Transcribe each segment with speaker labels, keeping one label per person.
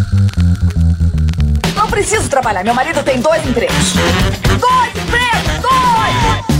Speaker 1: Não preciso trabalhar, meu marido tem 2 empregos. 2 empregos! 2!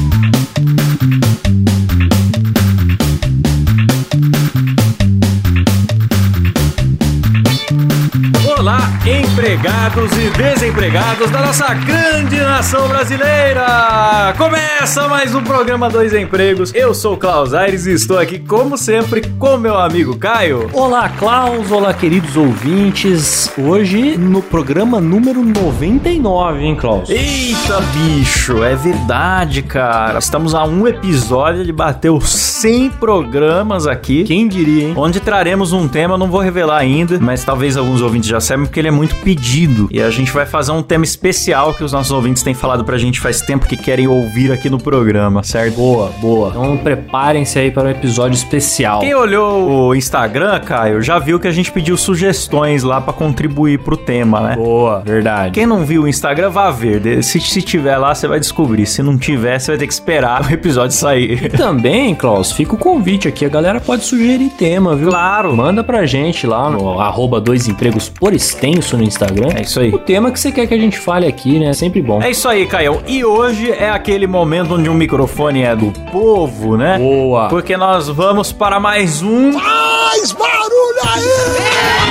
Speaker 2: Olá, empregados e desempregados da nossa grande nação brasileira! Começa mais um programa Dois Empregos. Eu sou o Klaus Aires e estou aqui, como sempre, com meu amigo Caio.
Speaker 3: Olá, Klaus. Olá, queridos ouvintes. Hoje, no programa número 99, hein, Klaus?
Speaker 2: Eita, bicho! É verdade, cara. Estamos a um episódio de bater os 100 programas aqui.
Speaker 3: Quem diria, hein?
Speaker 2: Onde traremos um tema, não vou revelar ainda, mas talvez alguns ouvintes já saibam, porque ele é muito pedido. E a gente vai fazer um tema especial que os nossos ouvintes têm falado pra gente faz tempo que querem ouvir aqui no programa, certo?
Speaker 3: Boa, boa. Então preparem-se aí para um episódio especial.
Speaker 2: Quem olhou o Instagram, Caio, já viu que a gente pediu sugestões lá pra contribuir pro tema, né?
Speaker 3: Boa, verdade.
Speaker 2: Quem não viu o Instagram, vá ver. Se tiver lá, você vai descobrir. Se não tiver, você vai ter que esperar o episódio sair.
Speaker 3: E também, Klaus, fica o convite aqui. A galera pode sugerir tema, viu?
Speaker 2: Claro.
Speaker 3: Manda pra gente lá no @doisempregos por extenso no Instagram.
Speaker 2: É isso aí.
Speaker 3: O tema que você quer que a gente fale aqui, né? É sempre bom.
Speaker 2: É isso aí, Caio. E hoje é aquele momento onde o microfone é do povo, né?
Speaker 3: Boa.
Speaker 2: Porque nós vamos para mais um...
Speaker 4: Mais barulho aí!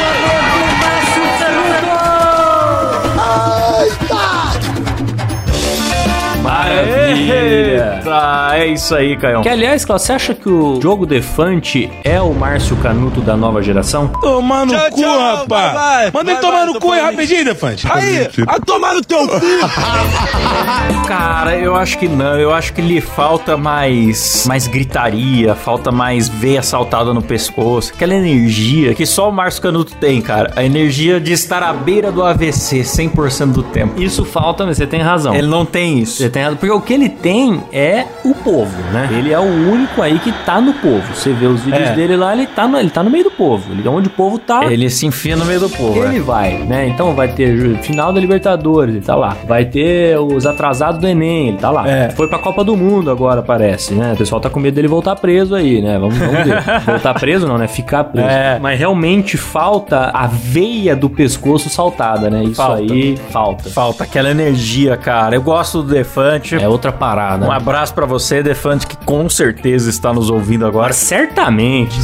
Speaker 3: Maravilha!
Speaker 2: Eita, é isso aí, Caio.
Speaker 3: Que, aliás, Klaus, você acha que o Diogo Defante é o Márcio Canuto da nova geração?
Speaker 4: Tomar no cu, rapaz! Manda ele tomar no cu aí rapidinho, Defante. Aí, a tomar no teu cu!
Speaker 2: Cara, eu acho que não. Eu acho que lhe falta mais gritaria, falta mais veia saltada no pescoço. Aquela energia que só o Márcio Canuto tem, cara. A energia de estar à beira do AVC 100% do tempo.
Speaker 3: Isso falta, mas você tem razão.
Speaker 2: Ele não tem isso.
Speaker 3: Você tem razão, porque o que ele tem é o povo, né? Ele é o único aí que tá no povo. Você vê os vídeos dele lá, ele tá no meio do povo. Ele, onde o povo tá...
Speaker 2: Ele se enfia no meio do povo.
Speaker 3: Ele vai, né? Então vai ter final da Libertadores, ele tá lá. Vai ter os atrasados do Enem, ele tá lá. Foi pra Copa do Mundo agora, parece, né? O pessoal tá com medo dele voltar preso aí, né? Vamos ver. Voltar preso não, né? Ficar preso. Mas realmente falta a veia do pescoço saltada, né? Isso aí falta.
Speaker 2: Falta aquela energia, cara. Eu gosto do Defante.
Speaker 3: É outra parada.
Speaker 2: Um abraço pra você, Defante, que com certeza está nos ouvindo agora.
Speaker 3: Mas certamente.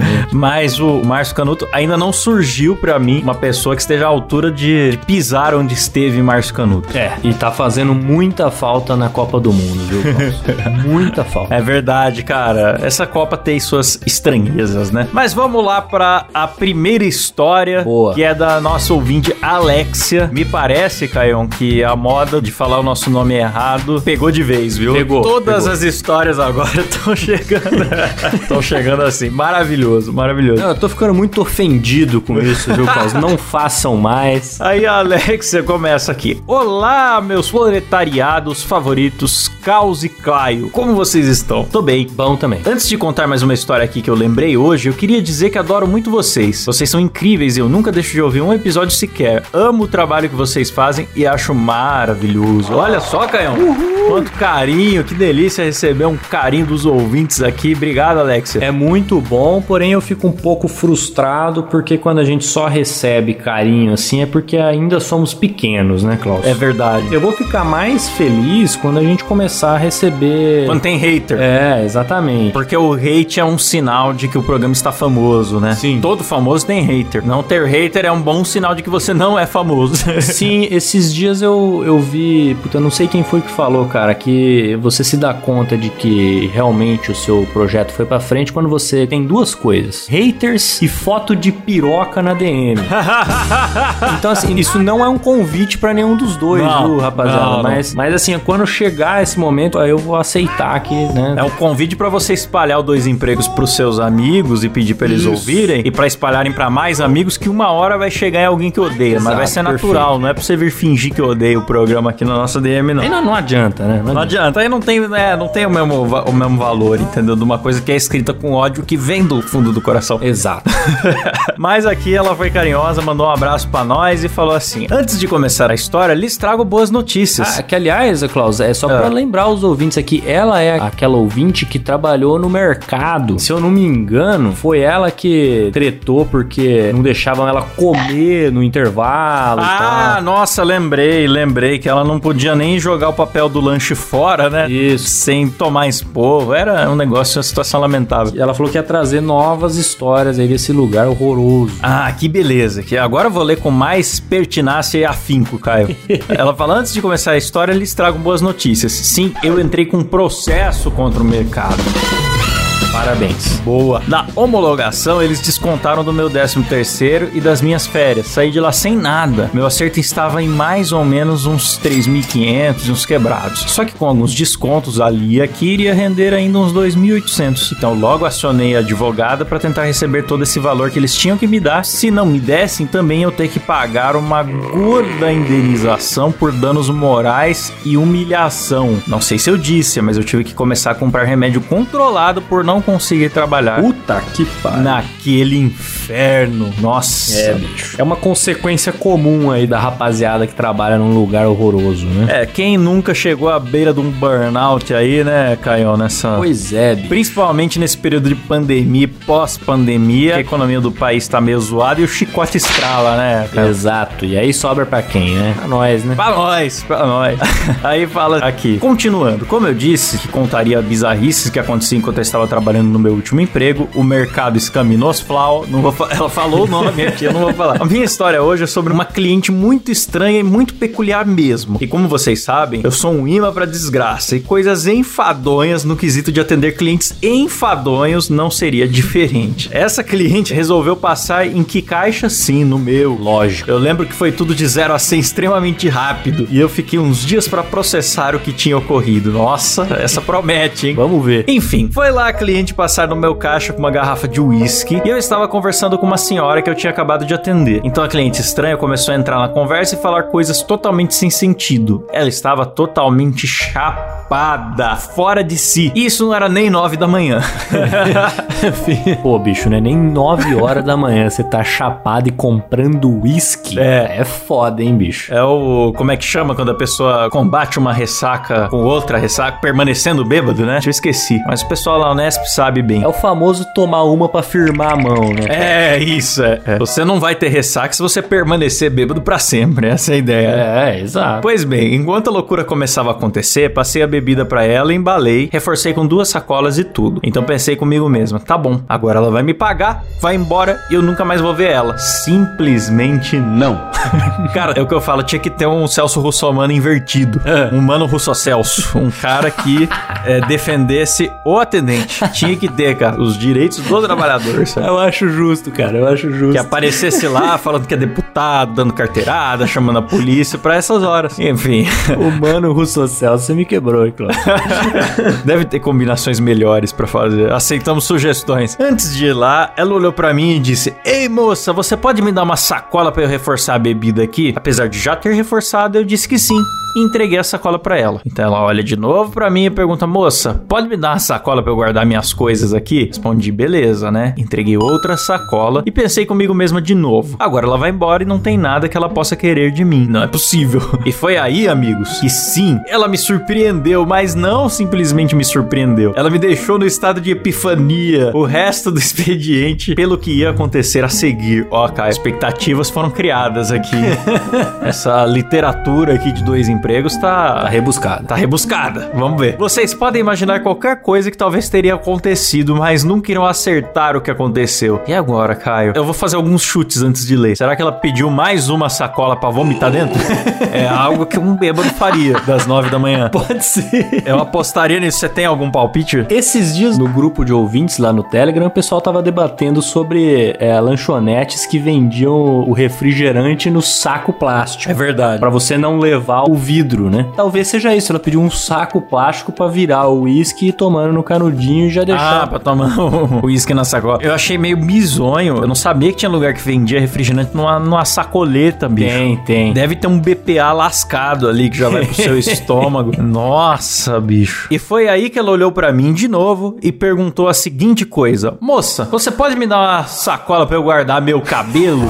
Speaker 2: Mas o Márcio Canuto ainda não surgiu pra mim uma pessoa que esteja à altura de pisar onde esteve Márcio Canuto.
Speaker 3: E tá fazendo muita falta na Copa do Mundo, viu, Klaus? Muita falta.
Speaker 2: É verdade, cara. Essa Copa tem suas estranhezas, né? Mas vamos lá pra a primeira história.
Speaker 3: Boa.
Speaker 2: Que é da nossa ouvinte Alexia. Me parece, Caião, que a moda de falar o nosso nome errado pegou de vez, viu? Todas as histórias agora estão chegando. Estão chegando assim. Maravilhoso.
Speaker 3: Não, eu tô ficando muito ofendido com isso, viu, Klaus? Não façam mais.
Speaker 2: Aí a Alexia começa aqui. Olá, meus proletariados favoritos, Caos e Caio. Como vocês estão? Tô bem.
Speaker 3: Bom também.
Speaker 2: Antes de contar mais uma história aqui que eu lembrei hoje, eu queria dizer que adoro muito vocês. Vocês são incríveis e eu nunca deixo de ouvir um episódio sequer. Amo o trabalho que vocês fazem e acho maravilhoso. Olha só, Caião. Quanto carinho, que delícia receber um carinho dos ouvintes aqui. Obrigado, Alexia.
Speaker 3: É muito bom, porém eu fico um pouco frustrado porque quando a gente só recebe carinho assim é porque ainda somos pequenos, né, Klaus?
Speaker 2: É verdade.
Speaker 3: Eu vou ficar mais feliz quando a gente começar a receber...
Speaker 2: Quando tem hater.
Speaker 3: É, exatamente.
Speaker 2: Porque o hate é um sinal de que o programa está famoso, né?
Speaker 3: Sim.
Speaker 2: Todo famoso tem hater. Não ter hater é um bom sinal de que você não é famoso.
Speaker 3: Sim, esses dias eu vi... Puta, eu não sei quem foi que falou, cara, que você se dá conta de que realmente o seu projeto foi pra frente quando você tem duas coisas: haters e foto de piroca na DM. Então, assim, isso não é um convite pra nenhum dos dois, viu, rapaziada? Mas assim, quando chegar esse momento, aí eu vou aceitar que, né?
Speaker 2: É um convite pra você espalhar o Dois Empregos pros seus amigos e pedir pra eles ouvirem e pra espalharem pra mais amigos, que uma hora vai chegar em alguém que odeia. Exato, mas vai ser natural, perfeito. Não é pra você vir fingir que odeia o programa aqui na nossa DM, não.
Speaker 3: Aí não adianta, né?
Speaker 2: Não adianta. Aí não tem tem o mesmo valor, entendeu? De uma coisa que é escrita com ódio que vem do fundo do coração.
Speaker 3: Exato.
Speaker 2: Mas aqui ela foi carinhosa, mandou um abraço pra nós e falou assim: antes de começar a história, lhes trago boas notícias.
Speaker 3: Que aliás, Klaus, é só pra lembrar os ouvintes aqui, ela é aquela ouvinte que trabalhou no mercado. Se eu não me engano, foi ela que tretou porque não deixavam ela comer no intervalo e tal.
Speaker 2: Nossa, lembrei que ela não podia nem jogar o papel do lanche fora, né?
Speaker 3: Isso.
Speaker 2: Sem tomar esporro. Era um negócio, uma situação lamentável.
Speaker 3: E ela falou que ia trazer novas histórias aí desse lugar horroroso.
Speaker 2: Que beleza. Que agora eu vou ler com mais pertinácia e afinco, Caio. Ela fala: antes de começar a história, lhes trago boas notícias. Sim, eu entrei com um processo contra o mercado.
Speaker 3: Parabéns.
Speaker 2: Boa. Na homologação, eles descontaram do meu 13º e das minhas férias. Saí de lá sem nada. Meu acerto estava em mais ou menos uns 3.500 e uns quebrados. Só que com alguns descontos ali e aqui, iria render ainda uns 2.800. Então logo acionei a advogada para tentar receber todo esse valor que eles tinham que me dar. Se não me dessem, também eu ter que pagar uma gorda indenização por danos morais e humilhação. Não sei se eu disse, mas eu tive que começar a comprar remédio controlado por não conseguir trabalhar.
Speaker 3: Puta que pariu.
Speaker 2: Naquele inferno. Nossa.
Speaker 3: Bicho. É uma consequência comum aí da rapaziada que trabalha num lugar horroroso, né?
Speaker 2: Quem nunca chegou à beira de um burnout aí, né, Caio, nessa...
Speaker 3: Pois é, bicho.
Speaker 2: Principalmente nesse período de pandemia, pós-pandemia, a economia do país tá meio zoada e o chicote estrala, né, Caio?
Speaker 3: Exato. E aí sobra pra quem, né? Pra nós, né?
Speaker 2: Pra nós. Aí fala aqui. Continuando. Como eu disse, que contaria bizarrices que aconteciam enquanto eu estava trabalhando no meu último emprego, o mercado Escaminosflau. Ela falou o nome aqui, eu não vou falar. A minha história hoje é sobre uma cliente muito estranha e muito peculiar mesmo. E como vocês sabem, eu sou um imã pra desgraça e coisas enfadonhas no quesito de atender clientes enfadonhos não seria diferente. Essa cliente resolveu passar em que caixa? Sim, no meu.
Speaker 3: Lógico.
Speaker 2: Eu lembro que foi tudo de 0 a 100 extremamente rápido e eu fiquei uns dias pra processar o que tinha ocorrido. Nossa, essa promete, hein?
Speaker 3: Vamos ver.
Speaker 2: Enfim, foi lá a cliente passar no meu caixa com uma garrafa de uísque e eu estava conversando com uma senhora que eu tinha acabado de atender. Então a cliente estranha começou a entrar na conversa e falar coisas totalmente sem sentido. Ela estava totalmente chapada, fora de si. E isso não era nem 9 da manhã.
Speaker 3: Pô, bicho, não é nem 9 horas da manhã. Você tá chapado e comprando uísque. É foda, hein, bicho?
Speaker 2: É o... Como é que chama quando a pessoa combate uma ressaca com outra ressaca, permanecendo bêbado, né? Eu esqueci. Mas o pessoal lá no Nesp sabe bem.
Speaker 3: É o famoso tomar uma pra firmar a mão, né?
Speaker 2: Isso. Você não vai ter ressaca se você permanecer bêbado pra sempre. Essa é a ideia.
Speaker 3: Exato.
Speaker 2: Pois bem, enquanto a loucura começava a acontecer, passei a bebida pra ela, embalei, reforcei com 2 sacolas e tudo. Então pensei comigo mesma, tá bom, agora ela vai me pagar, vai embora e eu nunca mais vou ver ela. Simplesmente não. Cara, é o que eu falo, tinha que ter um Celso Russomano invertido. Um Mano Russo Celso. Um cara que defendesse o atendente. Tinha que ter, cara, os direitos do trabalhador, sabe?
Speaker 3: Eu acho justo, cara, eu acho justo.
Speaker 2: Que aparecesse lá falando que é deputado, dando carteirada, chamando a polícia pra essas horas. Enfim.
Speaker 3: O Mano Russo Celso, você me quebrou, hein, Cláudio?
Speaker 2: Deve ter combinações melhores pra fazer. Aceitamos sugestões. Antes de ir lá, ela olhou pra mim e disse: ei, moça, você pode me dar uma sacola pra eu reforçar a bebida aqui? Apesar de já ter reforçado, eu disse que sim. E entreguei a sacola pra ela. Então ela olha de novo pra mim e pergunta: moça, pode me dar uma sacola pra eu guardar minhas coisas aqui? Respondi: beleza, né? Entreguei outra sacola e pensei comigo mesma de novo: agora ela vai embora e não tem nada que ela possa querer de mim. Não é possível. E foi aí, amigos, que sim, ela me surpreendeu, mas não simplesmente me surpreendeu. Ela me deixou no estado de epifania o resto do expediente pelo que ia acontecer a seguir. Ó, cara, expectativas foram criadas aqui. Essa literatura aqui de 2 empregos tá
Speaker 3: rebuscada.
Speaker 2: Tá rebuscada. Vamos ver. Vocês podem imaginar qualquer coisa que talvez teria acontecido, mas nunca irão acertar o que aconteceu. E agora, Caio? Eu vou fazer alguns chutes antes de ler. Será que ela pediu mais uma sacola pra vomitar dentro? É algo que um bêbado faria das 9 da manhã.
Speaker 3: Pode ser.
Speaker 2: Eu apostaria nisso. Você tem algum palpite?
Speaker 3: Esses dias, no grupo de ouvintes lá no Telegram, o pessoal tava debatendo sobre lanchonetes que vendiam o refrigerante no saco plástico.
Speaker 2: É verdade.
Speaker 3: Pra você não levar o vidro, né? Talvez seja isso, ela pediu um saco plástico pra virar o uísque e tomando no canudinho e já deixar.
Speaker 2: Ah, pra tomar o uísque na sacola. Eu achei meio bizonho. Eu não sabia que tinha lugar que vendia refrigerante numa sacoleta, bicho.
Speaker 3: Tem.
Speaker 2: Deve ter um BPA lascado ali que já vai pro seu estômago. Nossa, bicho. E foi aí que ela olhou pra mim de novo e perguntou a seguinte coisa: moça, você pode me dar uma sacola pra eu guardar meu cabelo?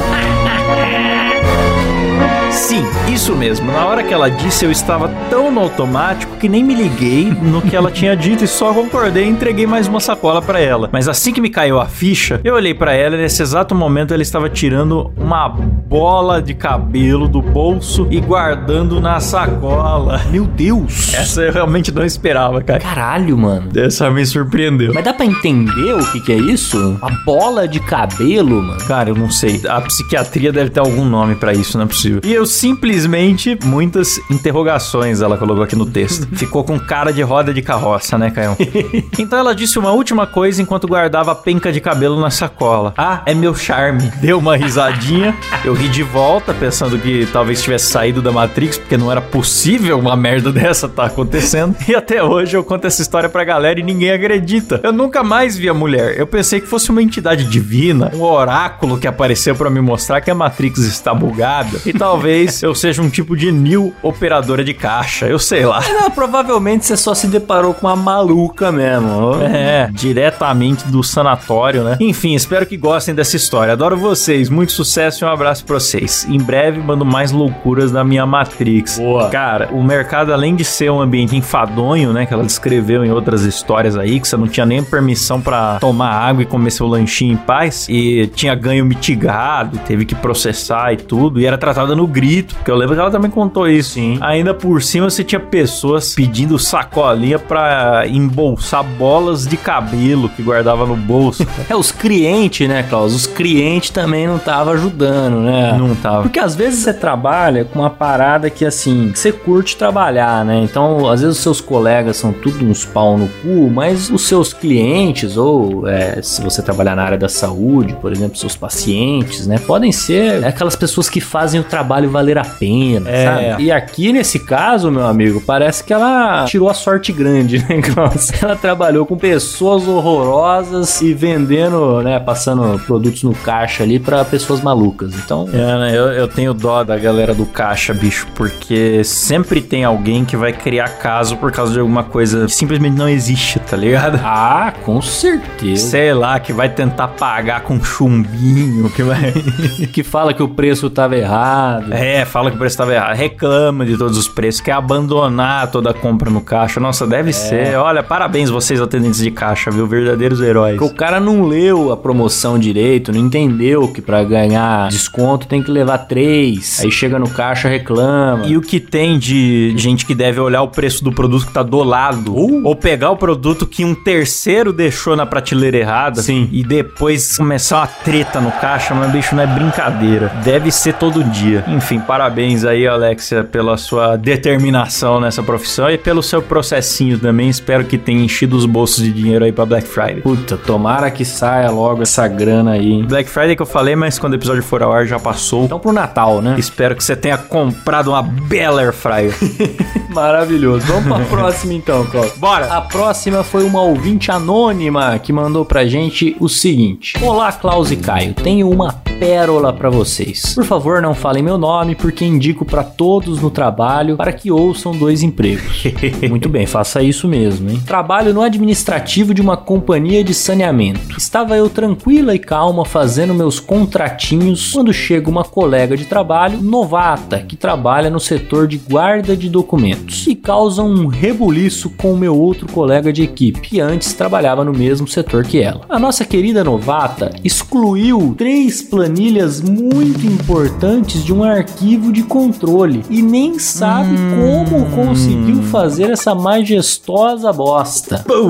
Speaker 2: Sim, isso mesmo. Na hora que ela disse, eu estava tão no automático que nem me liguei no que ela tinha dito e só concordei e entreguei mais uma sacola pra ela. Mas assim que me caiu a ficha, eu olhei pra ela e nesse exato momento ela estava tirando uma bola de cabelo do bolso e guardando na sacola.
Speaker 3: Meu Deus!
Speaker 2: Essa eu realmente não esperava, cara.
Speaker 3: Caralho, mano.
Speaker 2: Essa me surpreendeu.
Speaker 3: Mas dá pra entender o que é isso? Uma bola de cabelo, mano.
Speaker 2: Cara, eu não sei. A psiquiatria deve ter algum nome pra isso, não é possível. E eu simplesmente, muitas interrogações ela colocou aqui no texto. Ficou com cara de roda de carroça, né, Caio? Então ela disse uma última coisa enquanto guardava a penca de cabelo na sacola. Ah, é meu charme. Deu uma risadinha. Eu ri de volta, pensando que talvez tivesse saído da Matrix, porque não era possível uma merda dessa tá acontecendo. E até hoje eu conto essa história pra galera e ninguém acredita. Eu nunca mais vi a mulher. Eu pensei que fosse uma entidade divina, um oráculo que apareceu pra me mostrar que a Matrix está bugada. E talvez eu seja um tipo de Neo operadora de caixa. Eu sei lá.
Speaker 3: Não, provavelmente você só se deparou com uma maluca mesmo.
Speaker 2: É, diretamente do sanatório, né? Enfim, espero que gostem dessa história. Adoro vocês. Muito sucesso e um abraço pra vocês. Em breve mando mais loucuras da minha Matrix.
Speaker 3: Boa.
Speaker 2: Cara, o mercado, além de ser um ambiente enfadonho, né, que ela descreveu em outras histórias aí, que você não tinha nem permissão pra tomar água e comer seu lanchinho em paz, e tinha ganho mitigado, teve que processar e tudo, e era tratada no grito, porque eu lembro que ela também contou isso.
Speaker 3: Sim.
Speaker 2: Ainda por cima você tinha pessoas pedindo sacolinha pra embolsar bolas de cabelo que guardava no bolso.
Speaker 3: Os clientes, né, Klaus? Os clientes também não estavam ajudando, né?
Speaker 2: Não tava.
Speaker 3: Porque às vezes você trabalha com uma parada que, assim, você curte trabalhar, né? Então, às vezes os seus colegas são tudo uns pau no cu, mas os seus clientes, ou se você trabalhar na área da saúde, por exemplo, seus pacientes, né? Podem ser aquelas pessoas que fazem o trabalho valer a pena, sabe? E aqui, nesse caso, meu amigo, parece que ela tirou a sorte grande, né, Klaus? Ela trabalhou com pessoas horrorosas e vendendo, né, passando produtos no caixa ali pra pessoas malucas. Então...
Speaker 2: né, eu tenho dó da galera do caixa, bicho, porque sempre tem alguém que vai criar caso por causa de alguma coisa que simplesmente não existe, tá ligado?
Speaker 3: Ah, com certeza.
Speaker 2: Sei lá, que vai tentar pagar com chumbinho, que vai...
Speaker 3: que fala que o preço tava errado.
Speaker 2: Fala que o preço tava errado, reclama de todos os preços, quer abandonar toda a compra no caixa. Nossa, deve ser. Olha, parabéns vocês atendentes de caixa, viu? Verdadeiros heróis.
Speaker 3: Porque o cara não leu a promoção direito, não entendeu que pra ganhar desconto tem que levar 3. Aí chega no caixa, reclama.
Speaker 2: E o que tem de gente que deve olhar o preço do produto que tá do lado, ou pegar o produto que um terceiro deixou na prateleira errada,
Speaker 3: sim,
Speaker 2: e depois começar uma treta no caixa, mas bicho, não é brincadeira. Deve ser todo dia. Enfim, parabéns aí, Alexia, pela sua determinação nessa profissão e pelo seu processinho também. Espero que tenha enchido os bolsos de dinheiro aí pra Black Friday.
Speaker 3: Puta, tomara que saia logo essa grana aí, hein?
Speaker 2: Black Friday que eu falei, mas quando o episódio for ao ar já passou.
Speaker 3: Então pro Natal, né?
Speaker 2: Espero que você tenha comprado uma bela air fryer.
Speaker 3: Maravilhoso. Vamos pra próxima então, Klaus.
Speaker 2: Bora!
Speaker 3: A próxima foi uma ouvinte anônima que mandou pra gente o seguinte: olá, Klaus e Caio, tenho uma pérola pra vocês. Por favor, não falem meu nome, porque indico pra todos no trabalho para que ouçam 2 empregos. Muito bem, faça isso mesmo, hein? Trabalho no administrativo de uma companhia de saneamento. Estava eu tranquila e calma fazendo meus contratinhos quando chega uma colega de trabalho novata que trabalha no setor de guarda de documentos e causa um rebuliço com o meu outro colega de equipe, que antes trabalhava no mesmo setor que ela. A nossa querida novata excluiu 3 planilhas muito importantes de um arquivo de controle e nem sabe como conseguiu fazer essa majestosa bosta.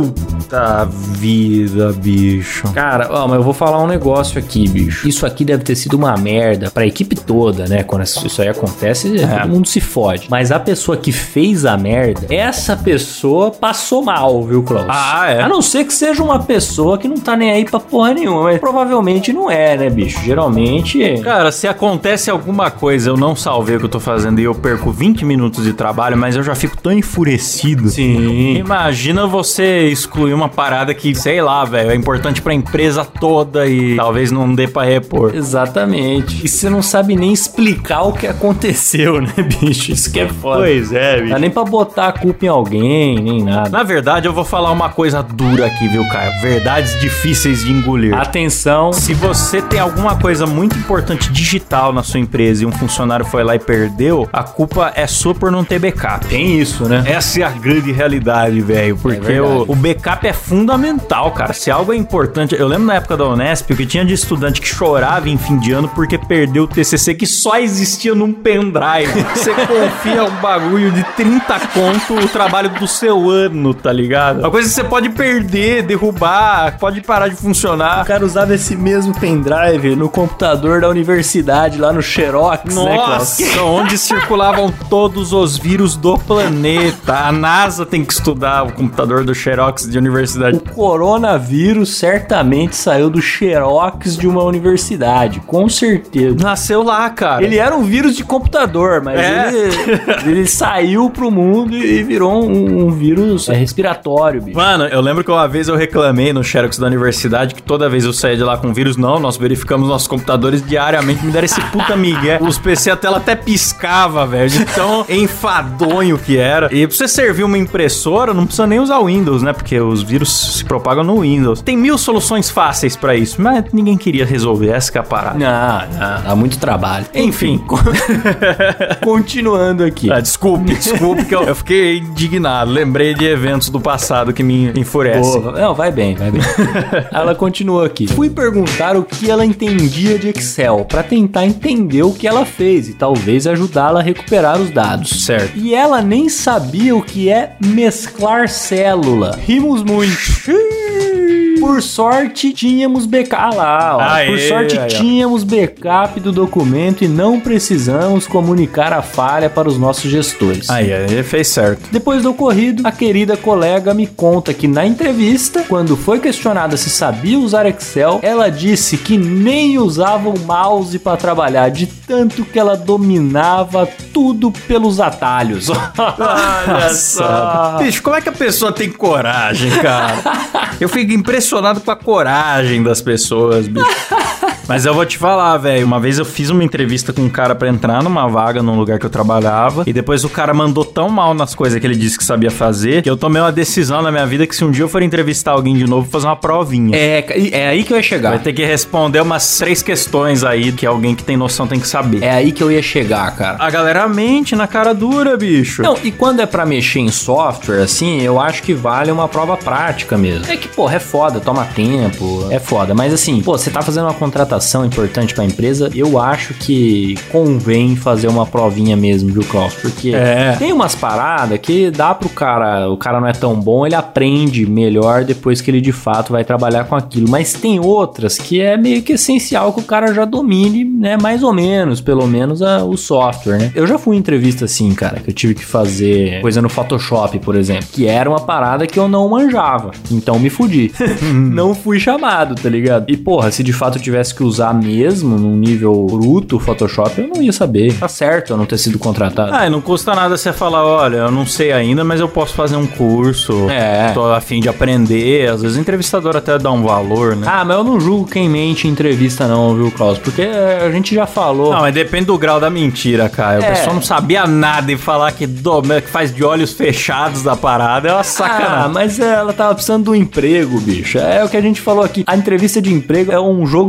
Speaker 2: Puta vida, bicho.
Speaker 3: Cara, mas eu vou falar um negócio aqui, bicho. Isso aqui deve ter sido uma merda pra equipe toda, né? Quando isso aí acontece, todo mundo se fode. Mas a pessoa que fez a merda, essa pessoa passou mal, viu, Klaus? A não ser que seja uma pessoa que não tá nem aí pra porra nenhuma, mas provavelmente não é, né, bicho? Geralmente...
Speaker 2: Cara, se acontece alguma coisa, eu não salvei o que eu tô fazendo e eu perco 20 minutos de trabalho, mas eu já fico tão enfurecido.
Speaker 3: Sim.
Speaker 2: Imagina você excluir uma parada que, sei lá, velho, é importante pra empresa toda e talvez não dê pra repor.
Speaker 3: Exatamente. E você não sabe nem explicar o que aconteceu, né, bicho? Isso que é foda.
Speaker 2: Pois é, bicho.
Speaker 3: Não dá nem pra botar a culpa em alguém, nem nada.
Speaker 2: Na verdade, eu vou falar uma coisa dura aqui, viu, Caio? Verdades difíceis de engolir.
Speaker 3: Atenção.
Speaker 2: Se você tem alguma coisa muito importante digital na sua empresa e um funcionário foi lá e perdeu, a culpa é sua por não ter backup.
Speaker 3: Tem isso, né?
Speaker 2: Essa é a grande realidade, velho. Porque o backup é fundamental, cara. Se algo é importante... Eu lembro na época da Unesp que tinha de estudante que chorava em fim de ano porque perdeu o TCC que só existia num pendrive. Você confia um bagulho de 30 conto o trabalho do seu ano, tá ligado? Uma coisa que você pode perder, derrubar, pode parar de funcionar.
Speaker 3: O cara usava esse mesmo pendrive no computador da universidade, lá no Xerox,
Speaker 2: né, Klaus? Nossa, onde circulavam todos os vírus do planeta. A NASA tem que estudar o computador do Xerox de universidade.
Speaker 3: O coronavírus certamente saiu do Xerox de uma universidade, com certeza.
Speaker 2: Nasceu lá, cara.
Speaker 3: Ele era um vírus de computador, mas ele saiu pro mundo e virou um vírus respiratório, bicho.
Speaker 2: Mano, eu lembro que uma vez eu reclamei no Xerox da universidade que toda vez eu saía de lá com vírus. Não, nós verificamos nossos computadores diariamente, me deram esse puta migué. Os PC, a tela até piscava, velho, de tão enfadonho que era. E pra você servir uma impressora, não precisa nem usar o Windows, né? Porque os vírus se propagam no Windows. Tem 1000 soluções fáceis pra isso, mas ninguém queria resolver. Essa que é a parada.
Speaker 3: Não, dá muito trabalho.
Speaker 2: Enfim.
Speaker 3: Continuando aqui.
Speaker 2: Desculpe que eu fiquei indignado. Lembrei de eventos do passado que me enfurecem.
Speaker 3: Não, vai bem. Ela continua aqui. Fui perguntar o que ela entendia de Excel pra tentar entender o que ela fez e talvez ajudá-la a recuperar os dados.
Speaker 2: Certo.
Speaker 3: E ela nem sabia o que é mesclar célula. Rimos muito. Por sorte, tínhamos backup. Por sorte, tínhamos backup do documento e não precisamos comunicar a falha para os nossos gestores.
Speaker 2: Ele fez certo.
Speaker 3: Depois do ocorrido, a querida colega me conta que na entrevista, quando foi questionada se sabia usar Excel, ela disse que nem usava o mouse para trabalhar, de tanto que ela dominava tudo pelos atalhos.
Speaker 2: Olha só. Bicho, como é que a pessoa tem coragem, cara? Eu fico impressionado com a coragem das pessoas, bicho. Mas eu vou te falar, velho. Uma vez eu fiz uma entrevista com um cara pra entrar numa vaga num lugar que eu trabalhava. E depois o cara mandou tão mal nas coisas que ele disse que sabia fazer, que eu tomei uma decisão na minha vida que se um dia eu for entrevistar alguém de novo, vou fazer uma provinha.
Speaker 3: É aí que eu ia chegar.
Speaker 2: Vai ter que responder umas 3 questões aí que alguém que tem noção tem que saber.
Speaker 3: É aí que eu ia chegar, cara.
Speaker 2: A galera mente na cara dura, bicho.
Speaker 3: Não, e quando é pra mexer em software, assim, eu acho que vale uma prova prática mesmo. É que, porra, é foda, toma tempo, é foda. Mas assim, você tá fazendo uma contratação importante pra empresa, eu acho que convém fazer uma provinha mesmo, viu, Klaus? Porque tem umas paradas que dá pro cara, o cara não é tão bom, ele aprende melhor depois que ele de fato vai trabalhar com aquilo. Mas tem outras que é meio que essencial que o cara já domine, né, mais ou menos, pelo menos o software, né? Eu já fui em entrevista assim, cara, que eu tive que fazer coisa no Photoshop, por exemplo, que era uma parada que eu não manjava, então me fudi. Não fui chamado, tá ligado? E porra, se de fato eu tivesse que usar mesmo num nível bruto o Photoshop, eu não ia saber. Tá certo eu não ter sido contratado.
Speaker 2: E não custa nada você falar, olha, eu não sei ainda, mas eu posso fazer um curso. Tô a fim de aprender. Às vezes o entrevistador até dá um valor, né?
Speaker 3: Mas eu não julgo quem mente em entrevista não, viu, Klaus? Porque a gente já falou.
Speaker 2: Não, mas depende do grau da mentira, cara. A pessoa não sabia nada e falar que faz de olhos fechados da parada é uma sacanagem.
Speaker 3: Mas ela tava precisando de um emprego, bicho. É o que a gente falou aqui. A entrevista de emprego é um jogo de sedução.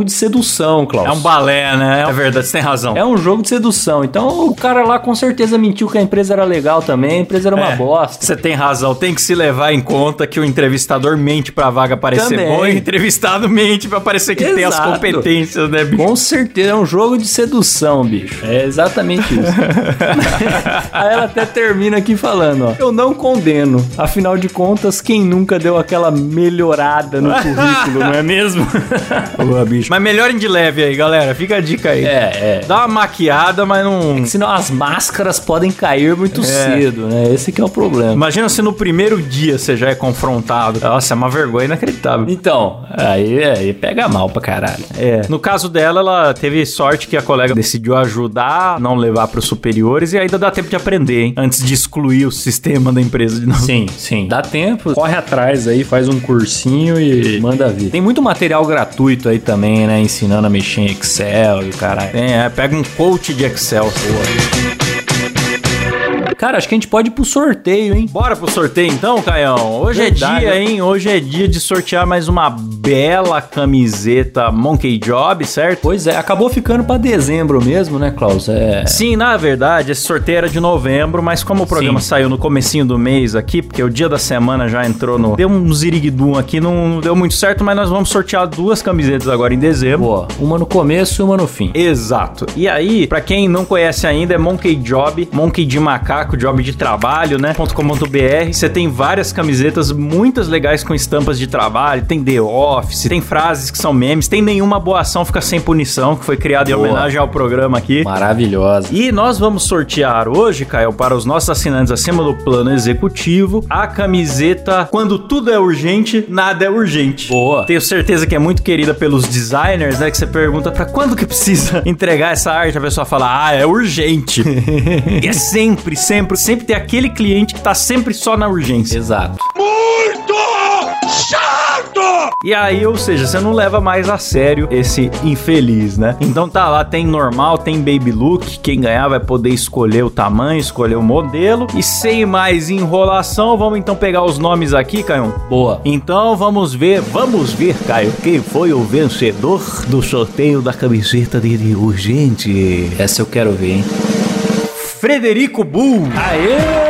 Speaker 3: sedução, Klaus.
Speaker 2: É um balé, né? É verdade, você tem razão.
Speaker 3: É um jogo de sedução. Então o cara lá com certeza mentiu que a empresa era legal também, a empresa era uma bosta.
Speaker 2: Você tem razão, tem que se levar em conta que o entrevistador mente pra vaga parecer
Speaker 3: Também.
Speaker 2: bom e o entrevistado mente pra parecer que tem as competências, né, bicho?
Speaker 3: Com certeza, é um jogo de sedução, bicho. É exatamente isso. Aí ela até termina aqui falando, ó. Eu não condeno. Afinal de contas, quem nunca deu aquela melhorada no currículo, não é mesmo?
Speaker 2: Boa, bicho. Mas melhorem de leve aí, galera. Fica a dica aí. Dá uma maquiada, mas não...
Speaker 3: Senão as máscaras podem cair muito cedo, né? Esse que é o problema.
Speaker 2: Imagina se no primeiro dia você já é confrontado. Nossa, é uma vergonha inacreditável.
Speaker 3: Então, aí pega mal pra caralho.
Speaker 2: No caso dela, ela teve sorte que a colega decidiu ajudar, não levar pros superiores e ainda dá tempo de aprender, hein? Antes de excluir o sistema da empresa de novo.
Speaker 3: Sim. Dá tempo, corre atrás aí, faz um cursinho e manda vir. Tem muito material gratuito aí também, né? Ensinando a mexer em Excel e o caralho.
Speaker 2: Pega um coach de Excel.
Speaker 3: Cara, acho que a gente pode ir pro sorteio, hein?
Speaker 2: Bora pro sorteio então, Caião? Hoje é dia, hein? Hoje é dia de sortear mais uma bela camiseta Monkey Job, certo?
Speaker 3: Pois é, acabou ficando pra dezembro mesmo, né, Klaus?
Speaker 2: Sim, na verdade, esse sorteio era de novembro, mas como o programa saiu no comecinho do mês aqui, porque o dia da semana já entrou no... Deu um ziriguidum aqui, não deu muito certo, mas nós vamos sortear 2 camisetas agora em dezembro.
Speaker 3: Boa, uma no começo e uma no fim.
Speaker 2: Exato. E aí, pra quem não conhece ainda, é Monkey Job, Monkey de macaco, job de trabalho, né? .com.br. Você tem várias camisetas, muitas legais com estampas de trabalho, tem The Office, tem frases que são memes, tem Nenhuma Boa Ação Fica Sem Punição, que foi criada em homenagem ao programa aqui.
Speaker 3: Maravilhosa.
Speaker 2: E nós vamos sortear hoje, Caio, para os nossos assinantes acima do plano executivo, a camiseta Quando Tudo é Urgente, Nada é Urgente.
Speaker 3: Boa.
Speaker 2: Tenho certeza que é muito querida pelos designers, né? Que você pergunta pra quando que precisa entregar essa arte, a pessoa fala, é urgente. E é sempre tem aquele cliente que tá sempre só na urgência.
Speaker 3: Exato.
Speaker 4: Muito chato!
Speaker 2: E aí, ou seja, você não leva mais a sério esse infeliz, né? Então tá lá, tem normal, tem baby look. Quem ganhar vai poder escolher o tamanho, escolher o modelo. E sem mais enrolação, vamos então pegar os nomes aqui, Caio.
Speaker 3: Boa.
Speaker 2: Então vamos ver, Caio, quem foi o vencedor do sorteio da camiseta de urgente.
Speaker 3: Essa eu quero ver, hein?
Speaker 2: Frederico Bull.
Speaker 3: Aê!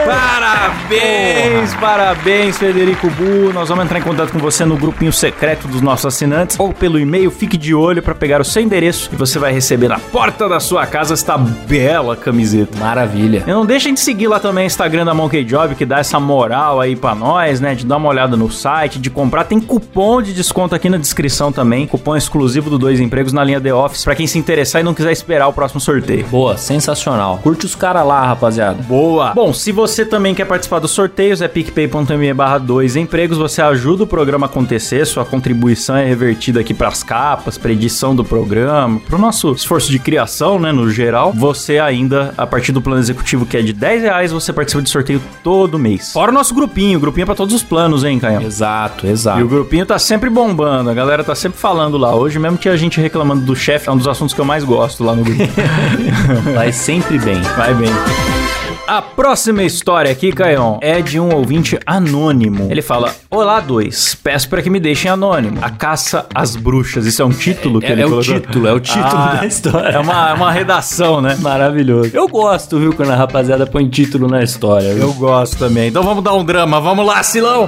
Speaker 2: Parabéns, Frederico Bull. Nós vamos entrar em contato com você no grupinho secreto dos nossos assinantes ou pelo e-mail. Fique de olho para pegar o seu endereço e você vai receber na porta da sua casa esta bela camiseta.
Speaker 3: Maravilha.
Speaker 2: E não deixem de seguir lá também o Instagram da Monkey Job, que dá essa moral aí pra nós, né? De dar uma olhada no site, de comprar. Tem cupom de desconto aqui na descrição também. Cupom exclusivo do 2 Empregos na linha The Office, pra quem se interessar e não quiser esperar o próximo sorteio.
Speaker 3: Boa, sensacional. Curte os caras lá, rapaziada.
Speaker 2: Boa. Bom, se você também quer participar dos sorteios, é picpay.me/2empregos. Você ajuda o programa a acontecer, sua contribuição é revertida aqui pras capas, pra edição do programa, pro nosso esforço de criação, né, no geral. Você ainda, a partir do plano executivo, que é de R$10, você participa de sorteio todo mês. Fora o nosso grupinho é pra todos os planos, hein, Caio?
Speaker 3: Exato.
Speaker 2: E o grupinho tá sempre bombando, a galera tá sempre falando lá. Hoje mesmo tinha gente reclamando do chefe, é um dos assuntos que eu mais gosto lá no grupo.
Speaker 3: Vai sempre bem.
Speaker 2: Vai bem. A próxima história aqui, Caião, é de um ouvinte anônimo. Ele fala: Olá, 2. Peço para que me deixem anônimo. A caça às bruxas. Isso é um título que ele colocou?
Speaker 3: É o título da história.
Speaker 2: É uma redação, né?
Speaker 3: Maravilhoso. Eu gosto, viu, quando a rapaziada põe título na história. Viu?
Speaker 2: Eu gosto também. Então vamos dar um drama. Vamos lá, Silão!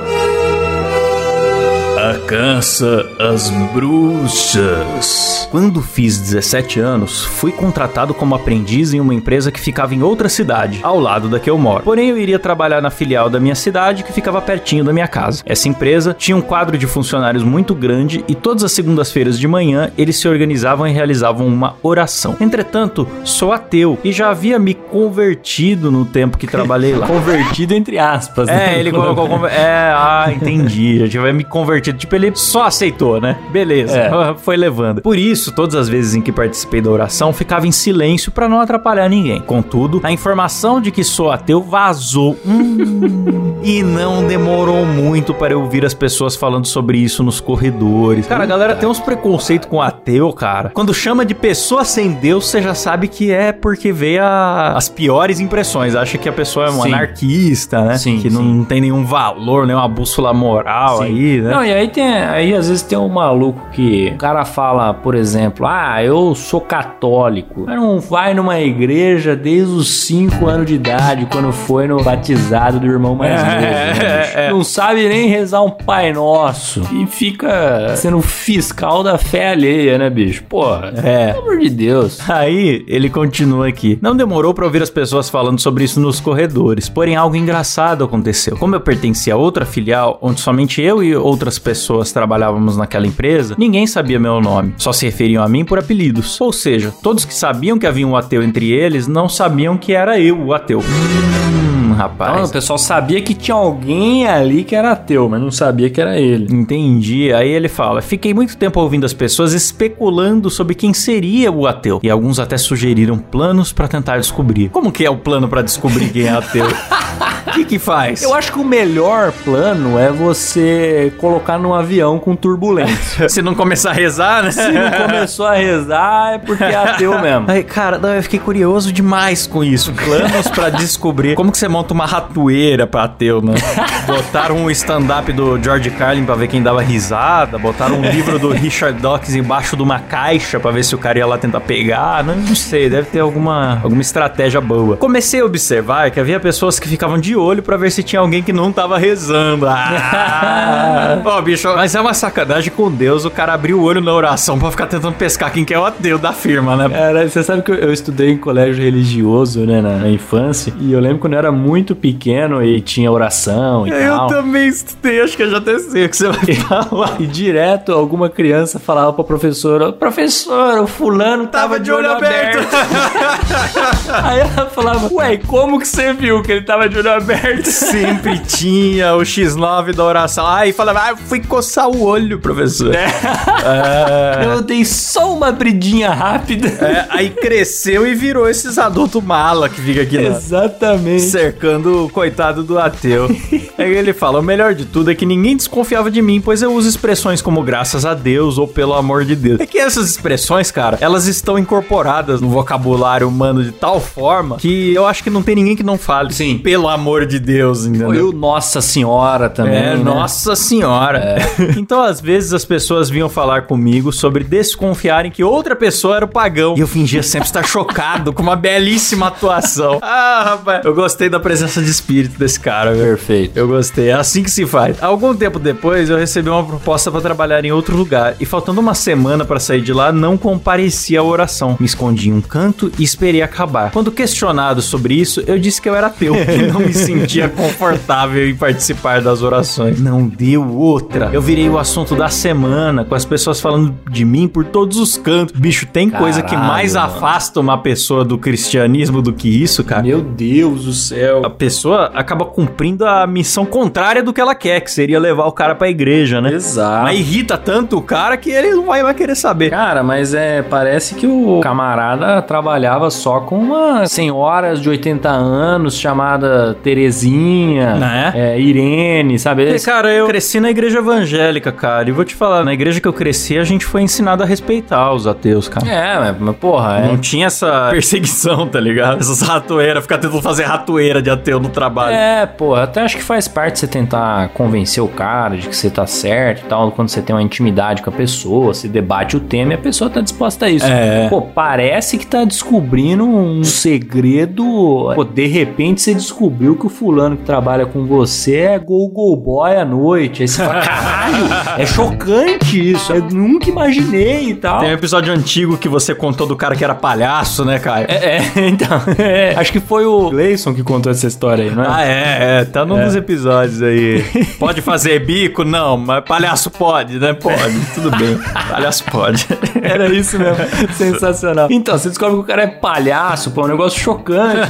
Speaker 2: A caça às bruxas. Quando fiz 17 anos, fui contratado como aprendiz em uma empresa que ficava em outra cidade, ao lado da que eu moro. Porém, eu iria trabalhar na filial da minha cidade, que ficava pertinho da minha casa. Essa empresa tinha um quadro de funcionários muito grande e todas as segundas-feiras de manhã eles se organizavam e realizavam uma oração. Entretanto, sou ateu e já havia me convertido no tempo que trabalhei lá.
Speaker 3: Convertido entre aspas, né?
Speaker 2: Ele colocou... entendi. Já tinha me convertido. Tipo, ele só aceitou, né? Beleza. Foi levando. Por isso, todas as vezes em que participei da oração, ficava em silêncio pra não atrapalhar ninguém. Contudo, a informação de que sou ateu vazou. E não demorou muito para eu ouvir as pessoas falando sobre isso nos corredores. Cara, a galera tem uns preconceitos com ateu, cara. Quando chama de pessoa sem Deus, você já sabe que é porque veio as piores impressões. Acha que a pessoa é um anarquista, né?
Speaker 3: Sim,
Speaker 2: que não tem nenhum valor, nenhuma bússola moral aí, né?
Speaker 3: Não, e aí Aí às vezes tem um maluco que o cara fala, por exemplo, eu sou católico, mas não vai numa igreja desde os 5 anos de idade, quando foi no batizado do irmão mais novo. Não sabe nem rezar um Pai Nosso e fica sendo fiscal da fé alheia, né, bicho? Porra, pelo amor de Deus.
Speaker 2: Aí ele continua aqui. Não demorou pra ouvir as pessoas falando sobre isso nos corredores, porém algo engraçado aconteceu. Como eu pertencia a outra filial, onde somente eu e outras pessoas trabalhávamos naquela empresa, ninguém sabia meu nome, só se referiam a mim por apelidos. Ou seja, todos que sabiam que havia um ateu entre eles, não sabiam que era eu o ateu. Rapaz.
Speaker 3: Então, o pessoal sabia que tinha alguém ali que era ateu, mas não sabia que era ele.
Speaker 2: Entendi. Aí ele fala: fiquei muito tempo ouvindo as pessoas especulando sobre quem seria o ateu. E alguns até sugeriram planos pra tentar descobrir. Como que é o plano pra descobrir quem é ateu? O que faz?
Speaker 3: Eu acho que o melhor plano é você colocar num avião com turbulência.
Speaker 2: Se não começar a rezar, né?
Speaker 3: Se não começou a rezar, é porque é ateu mesmo.
Speaker 2: Aí, cara, eu fiquei curioso demais com isso. Planos pra descobrir como que você monta uma ratoeira pra ateu, né? Botaram um stand-up do George Carlin pra ver quem dava risada. Botaram um livro do Richard Dawkins embaixo de uma caixa pra ver se o cara ia lá tentar pegar. Não sei, deve ter alguma estratégia boa. Comecei a observar que havia pessoas que ficavam de olho pra ver se tinha alguém que não tava rezando. Bicho, mas é uma sacanagem com Deus o cara abrir o olho na oração pra ficar tentando pescar quem que é o ateu da firma, né?
Speaker 3: Cara, você sabe que eu estudei em colégio religioso, né, na infância, e eu lembro quando eu era muito pequeno e tinha oração e tal.
Speaker 2: Eu também estudei, acho que eu já até sei o que você vai falar.
Speaker 3: E direto alguma criança falava pra professora: professor, o fulano tava de olho aberto. Aí ela falava: ué, como que você viu que ele tava de olho aberto?
Speaker 2: Sempre tinha o X9 da oração. Aí falava: fui coçar o olho, professor.
Speaker 3: Eu dei só uma bridinha rápida.
Speaker 2: Aí cresceu e virou esses adultos mala que fica aqui,
Speaker 3: exatamente,
Speaker 2: cercando o coitado do ateu. Aí ele fala: o melhor de tudo é que ninguém desconfiava de mim, pois eu uso expressões como graças a Deus ou pelo amor de Deus. É que essas expressões, cara, elas estão incorporadas no vocabulário humano de tal forma que eu acho que não tem ninguém que não fale.
Speaker 3: Sim.
Speaker 2: Pelo amor de Deus, entendeu?
Speaker 3: E o Nossa Senhora também, né?
Speaker 2: Nossa Senhora. Então, às vezes, as pessoas vinham falar comigo sobre desconfiarem que outra pessoa era o pagão. E eu fingia sempre estar chocado com uma belíssima atuação. Rapaz. Eu gostei da presença de espírito desse cara, viu?
Speaker 3: Perfeito.
Speaker 2: Eu gostei. É assim que se faz. Algum tempo depois, eu recebi uma proposta para trabalhar em outro lugar. E faltando uma semana para sair de lá, não compareci à oração. Me escondi em um canto e esperei acabar. Quando questionado sobre isso, eu disse que eu era ateu e não me sentia confortável em participar das orações. Não deu outra. Eu virei o assunto da semana, com as pessoas falando de mim por todos os cantos. Bicho, tem coisa que mais afasta uma pessoa do cristianismo do que isso, cara?
Speaker 3: Meu Deus do céu.
Speaker 2: A pessoa acaba cumprindo a missão contrária do que ela quer, que seria levar o cara pra igreja, né?
Speaker 3: Exato.
Speaker 2: Mas irrita tanto o cara que ele não vai querer saber.
Speaker 3: Cara, mas parece que o camarada trabalhava só com uma senhora de 80 anos chamada Terezinha,
Speaker 2: né?
Speaker 3: Irene, sabe?
Speaker 2: Porque, cara, eu cresci na igreja evangélica, cara, e vou te falar, na igreja que eu cresci, a gente foi ensinado a respeitar os ateus, cara.
Speaker 3: Mas porra,
Speaker 2: não tinha essa perseguição, tá ligado? Essas ratoeiras, ficar tentando fazer ratoeira de ateu no trabalho.
Speaker 3: Porra, até acho que faz parte você tentar convencer o cara de que você tá certo e tal, quando você tem uma intimidade com a pessoa, você debate o tema e a pessoa tá disposta a isso. Pô, parece que tá descobrindo um segredo. Pô, de repente você descobriu que o fulano que trabalha com você é go-go boy à noite. Aí você fala: caralho, é chocante isso, eu nunca imaginei e tal.
Speaker 2: Tem um episódio antigo que você contou do cara que era palhaço, né, Caio?
Speaker 3: Então, acho que foi o Gleison que contou essa história aí, não é?
Speaker 2: Tá num dos episódios aí. Pode fazer bico? Não, mas palhaço pode, né? Pode, tudo bem. Palhaço pode.
Speaker 3: Era isso mesmo, sensacional. Então, você descobre que o cara é palhaço, pô, é um negócio chocante.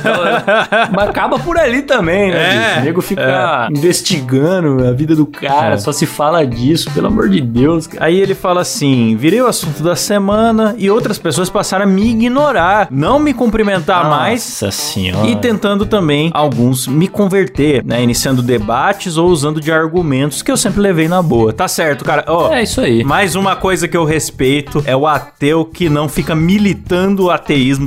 Speaker 3: Mas acaba por ali também, né? O nego fica investigando a vida do cara, só se fala disso, pelo amor de Deus, cara.
Speaker 2: Aí ele fala assim: virei o assunto da semana e outras pessoas passaram a me ignorar, não me cumprimentar mais.
Speaker 3: Nossa senhora.
Speaker 2: E tentando também alguns me converter, né? Iniciando debates ou usando de argumentos que eu sempre levei na boa. Tá certo, cara.
Speaker 3: É isso aí.
Speaker 2: Mais uma coisa que eu respeito é o ateu que não fica militando o ateísmo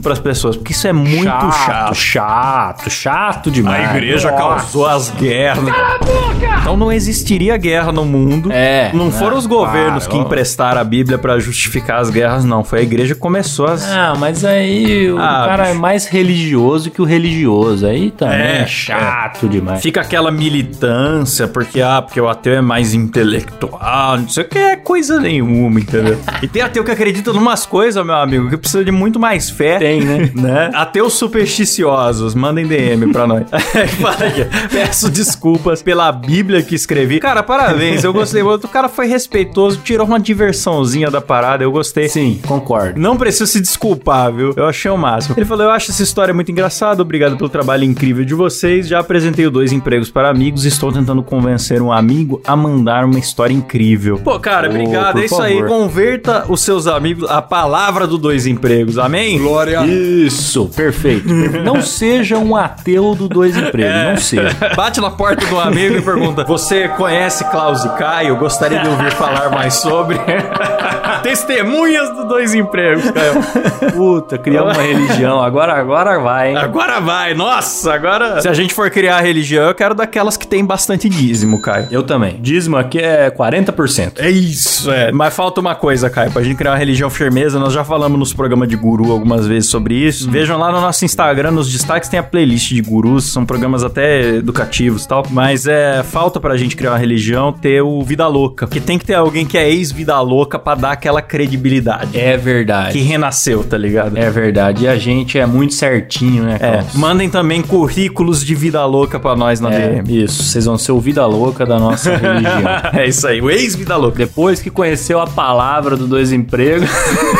Speaker 2: pras pessoas, porque isso é muito chato demais.
Speaker 3: A igreja causou as guerras.
Speaker 2: Cala a boca! Então não existiria guerra no mundo. Não foram os governos que emprestaram a Bíblia pra justificar as guerras, não. Foi a igreja que começou as...
Speaker 3: mas aí o cara é mais religioso que o religioso. Aí também é chato demais.
Speaker 2: Fica aquela militância, porque o ateu é mais intelectual, não sei o que, é coisa nenhuma, entendeu? E tem ateu que acredita em umas coisas, meu amigo, que precisa de muito mais fé.
Speaker 3: Tem, né?
Speaker 2: Ateus supersticiosos, mandem DM pra nós. Fala aqui, peço desculpas pela Bíblia que escrevi. Cara, parabéns, eu gostei. O cara foi respeitoso, tirou uma diversãozinha da parada, eu gostei.
Speaker 3: Sim, concordo.
Speaker 2: Não precisa se desculpar, viu? Eu achei o máximo. Ele falou, eu acho essa história muito engraçada, obrigado pelo trabalho incrível de vocês, já apresentei o 2 empregos para amigos e estou tentando convencer um amigo a mandar uma história incrível. Pô, cara, obrigado, é isso aí, converta os seus amigos à palavra do 2 empregos, amém?
Speaker 3: Glória. Isso, perfeito. Não seja um ateu do 2 empregos, não seja.
Speaker 2: Bate na porta do amigo e pergunta, você conhece Klaus e Caio? Gostaria de ouvir falar mais sobre... Testemunhas do 2 empregos, Caio.
Speaker 3: Puta, criar uma religião, agora vai, hein?
Speaker 2: Agora vai, nossa, agora... Se a gente for criar a religião, eu quero daquelas que tem bastante dízimo, Caio.
Speaker 3: Eu também. Dízimo aqui é 40%.
Speaker 2: É isso, Mas falta uma coisa, Caio, pra gente criar uma religião firmeza, nós já falamos nos programas de guru algumas vezes sobre isso. Vejam lá no nosso Instagram, nos destaques tem a playlist de gurus, são programas até educativos e tal, mas falta pra gente criar uma religião ter o Vida Louca, porque tem que ter alguém que é ex-Vida Louca pra dar aquela credibilidade.
Speaker 3: É verdade.
Speaker 2: Que renasceu, tá ligado?
Speaker 3: É verdade. E a gente é muito certinho, né, Klaus?
Speaker 2: Mandem também currículos de Vida Louca pra nós na DM.
Speaker 3: Isso, vocês vão ser o Vida Louca da nossa religião.
Speaker 2: É isso aí, o ex-Vida Louca.
Speaker 3: Depois que conheceu a palavra do 2 empregos.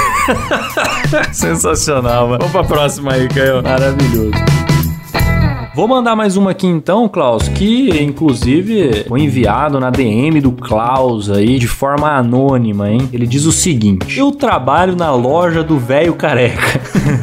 Speaker 2: Sensacional, mano. Vamos pra próxima aí, Caio.
Speaker 3: Maravilhoso. Vou mandar mais uma aqui então, Klaus, que inclusive foi enviado na DM do Klaus aí, de forma anônima, hein? Ele diz o seguinte: eu trabalho na loja do velho careca.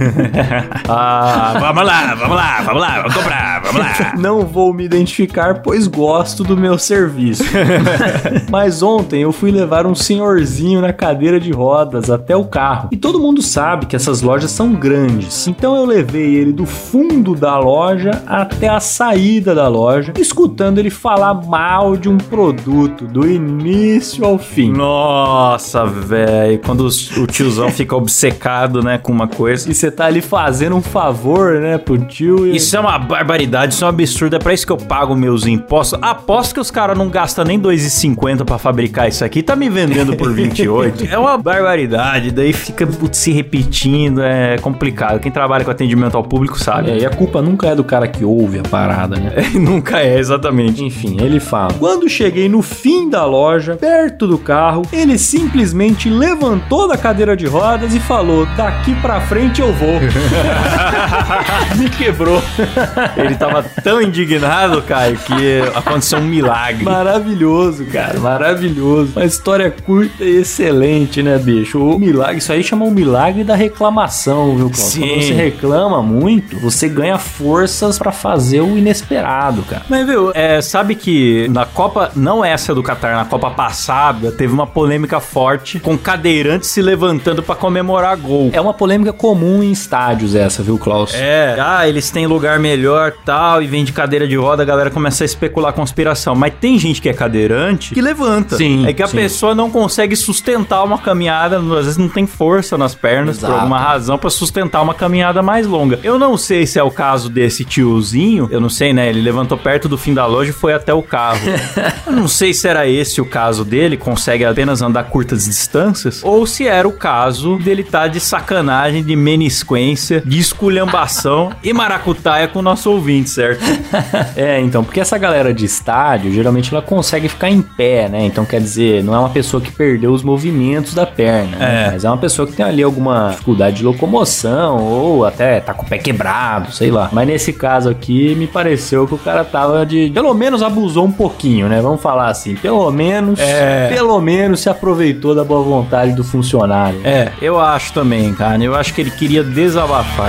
Speaker 2: Vamos lá, vamos comprar, vamos lá.
Speaker 3: Não vou me identificar, pois gosto do meu serviço. Mas ontem eu fui levar um senhorzinho na cadeira de rodas até o carro. E todo mundo sabe que essas lojas são grandes. Então eu levei ele do fundo da loja até a saída da loja, escutando ele falar mal de um produto do início ao fim.
Speaker 2: Nossa, velho, quando o tiozão fica obcecado, né, com uma coisa.
Speaker 3: E você tá ali fazendo um favor, né, pro tio.
Speaker 2: Isso é uma barbaridade, isso é um absurdo, é pra isso que eu pago meus impostos. Aposto que os caras não gastam nem R$2,50 pra fabricar isso aqui, tá me vendendo por 28. É uma barbaridade, daí fica se repetindo, é complicado. Quem trabalha com atendimento ao público sabe.
Speaker 3: E a culpa nunca é do cara que ouve a parada, né?
Speaker 2: Nunca é, exatamente.
Speaker 3: Enfim, ele fala: quando cheguei no fim da loja, perto do carro, ele simplesmente levantou da cadeira de rodas e falou: daqui pra frente eu vou. Me quebrou.
Speaker 2: Ele tava tão indignado, Caio, que aconteceu um milagre.
Speaker 3: Maravilhoso, cara, maravilhoso. Uma história curta e excelente, né, bicho? O milagre, isso aí chama o milagre da reclamação, viu, Klaus?
Speaker 2: Sim.
Speaker 3: Quando você reclama muito, você ganha forças pra fazer o inesperado, cara.
Speaker 2: Mas, viu, sabe que na Copa, não essa do Qatar, na Copa passada, teve uma polêmica forte com cadeirantes se levantando pra comemorar gol.
Speaker 3: É uma polêmica comum em estádios essa, viu, Klaus?
Speaker 2: Eles têm lugar melhor, tal, e vem de cadeira de roda, a galera começa a especular conspiração. Mas tem gente que é cadeirante que levanta.
Speaker 3: Sim.
Speaker 2: É que a pessoa não consegue sustentar uma caminhada, às vezes não tem força nas pernas, por alguma razão, pra sustentar uma caminhada mais longa. Eu não sei se é o caso desse tiozinho, eu não sei, né? Ele levantou perto do fim da loja e foi até o carro. Eu não sei se era esse o caso dele, consegue apenas andar curtas distâncias, ou se era o caso dele estar de sacanagem, de menisquência, de esculhambação e maracutaia com o nosso ouvinte, certo?
Speaker 3: Então, porque essa galera de estádio, geralmente ela consegue ficar em pé, né? Então, quer dizer, não é uma pessoa que perdeu os movimentos da perna, né? Mas é uma pessoa que tem ali alguma dificuldade de locomoção, ou até tá com o pé quebrado, sei lá. Mas nesse caso aqui, me pareceu que o cara tava pelo menos abusou um pouquinho, né? Vamos falar assim, pelo menos se aproveitou da boa vontade do funcionário.
Speaker 2: Eu acho também, cara. Eu acho que ele queria desabafar.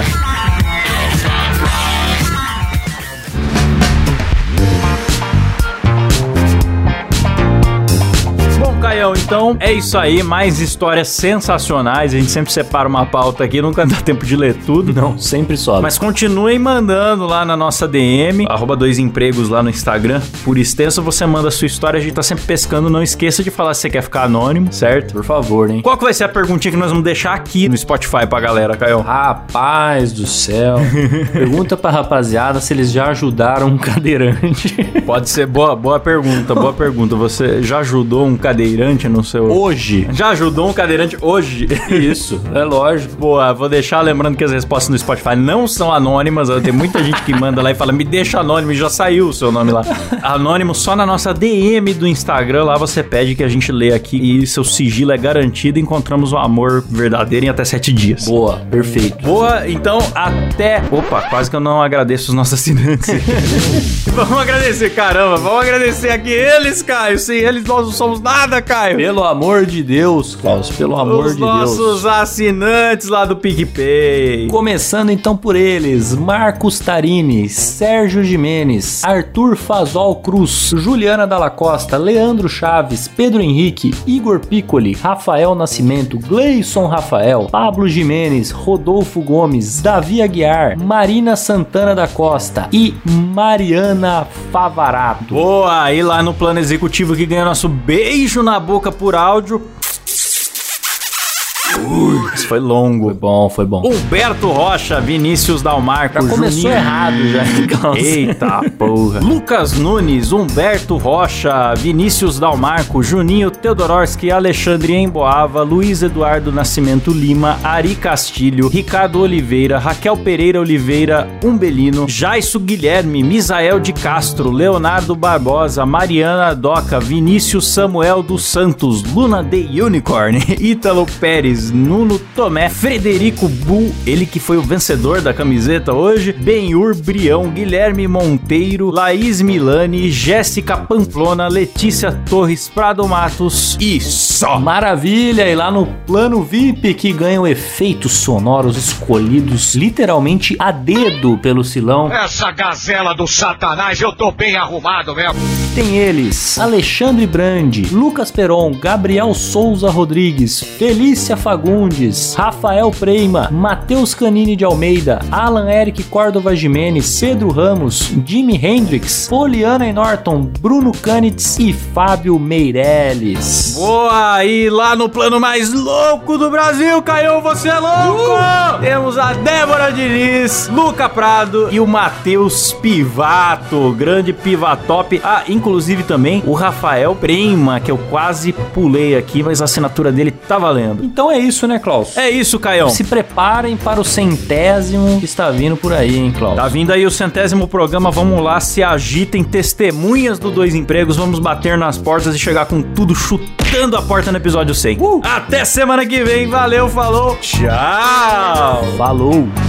Speaker 2: Então é isso aí, mais histórias sensacionais. A gente sempre separa uma pauta aqui, nunca dá tempo de ler tudo.
Speaker 3: Não, sempre sobe.
Speaker 2: Mas continuem mandando lá na nossa DM, @2empregos lá no Instagram. Por extenso, você manda a sua história, a gente tá sempre pescando. Não esqueça de falar se você quer ficar anônimo, certo?
Speaker 3: Por favor, hein?
Speaker 2: Qual que vai ser a perguntinha que nós vamos deixar aqui no Spotify pra galera, Caio?
Speaker 3: Rapaz do céu. Pergunta pra rapaziada se eles já ajudaram um cadeirante.
Speaker 2: Pode ser, boa pergunta, boa pergunta. Você já ajudou um cadeirante no seu...
Speaker 3: Hoje.
Speaker 2: Já ajudou um cadeirante hoje?
Speaker 3: Isso, é lógico.
Speaker 2: Boa, vou deixar lembrando que as respostas no Spotify não são anônimas. Tem muita gente que manda lá e fala, me deixa anônimo, e já saiu o seu nome lá. Anônimo só na nossa DM do Instagram, lá você pede que a gente lê aqui e seu sigilo é garantido. Encontramos o amor verdadeiro em até 7 dias.
Speaker 3: Boa, perfeito.
Speaker 2: Boa, então até... Opa, quase que eu não agradeço os nossos assinantes. Vamos agradecer, caramba, vamos agradecer aqui eles, Caio. Sem eles nós não somos nada, Caio.
Speaker 3: Pelo amor de Deus, Klaus, pelo amor de Deus.
Speaker 2: Os nossos assinantes lá do PicPay.
Speaker 3: Começando então por eles: Marcos Tarini, Sérgio Jimenez, Arthur Fazol Cruz, Juliana Dalla Costa, Leandro Chaves, Pedro Henrique, Igor Piccoli, Rafael Nascimento, Gleison Rafael, Pablo Jimenez, Rodolfo Gomes, Davi Aguiar, Marina Santana da Costa e Mariana Favarato.
Speaker 2: Boa, e lá no plano executivo que ganha nosso beijo na boca por áudio. Isso foi longo.
Speaker 3: Foi bom.
Speaker 2: Humberto Rocha, Vinícius Dalmarco,
Speaker 3: já começou
Speaker 2: Juninho...
Speaker 3: errado já.
Speaker 2: Eita porra. Lucas Nunes, Humberto Rocha, Vinícius Dalmarco, Juninho Teodorowski, Alexandre Emboava, Luiz Eduardo Nascimento Lima, Ari Castilho, Ricardo Oliveira, Raquel Pereira Oliveira, Umbelino, Jaisso Guilherme, Misael de Castro, Leonardo Barbosa, Mariana Doca, Vinícius Samuel dos Santos, Luna The Unicorn, Ítalo Pérez, Nuno Tomé, Frederico Bull, ele que foi o vencedor da camiseta hoje, Benhur Brião, Guilherme Monteiro, Laís Milani, Jéssica Pamplona, Letícia Torres Prado Matos e só.
Speaker 3: Maravilha! E lá no plano VIP que ganham efeitos sonoros escolhidos literalmente a dedo pelo Silão.
Speaker 5: Essa gazela do satanás, eu tô bem arrumado mesmo.
Speaker 3: Tem eles: Alexandre Brandi, Lucas Peron, Gabriel Souza Rodrigues, Felícia Fagundes, Rafael Preima, Matheus Canini de Almeida, Alan Eric Córdova Jimenez, Pedro Ramos, Jimi Hendrix, Poliana Norton, Bruno Canitz e Fábio Meirelles.
Speaker 2: Boa! E lá no plano mais louco do Brasil, Caio, você é louco! Temos a Débora Diniz, Luca Prado e o Matheus Pivato, grande Pivatop. Ah, inclusive também o Rafael Preima, que eu quase pulei aqui, mas a assinatura dele tá valendo.
Speaker 3: Então é isso, né, Klaus?
Speaker 2: É isso, Caião.
Speaker 3: Se preparem para o 100º que está vindo por aí, hein, Klaus?
Speaker 2: Tá vindo aí o 100º programa, vamos lá, se agitem, testemunhas do Dois Empregos, vamos bater nas portas e chegar com tudo chutando a porta no episódio 100. Até semana que vem, valeu, falou, tchau!
Speaker 3: Falou!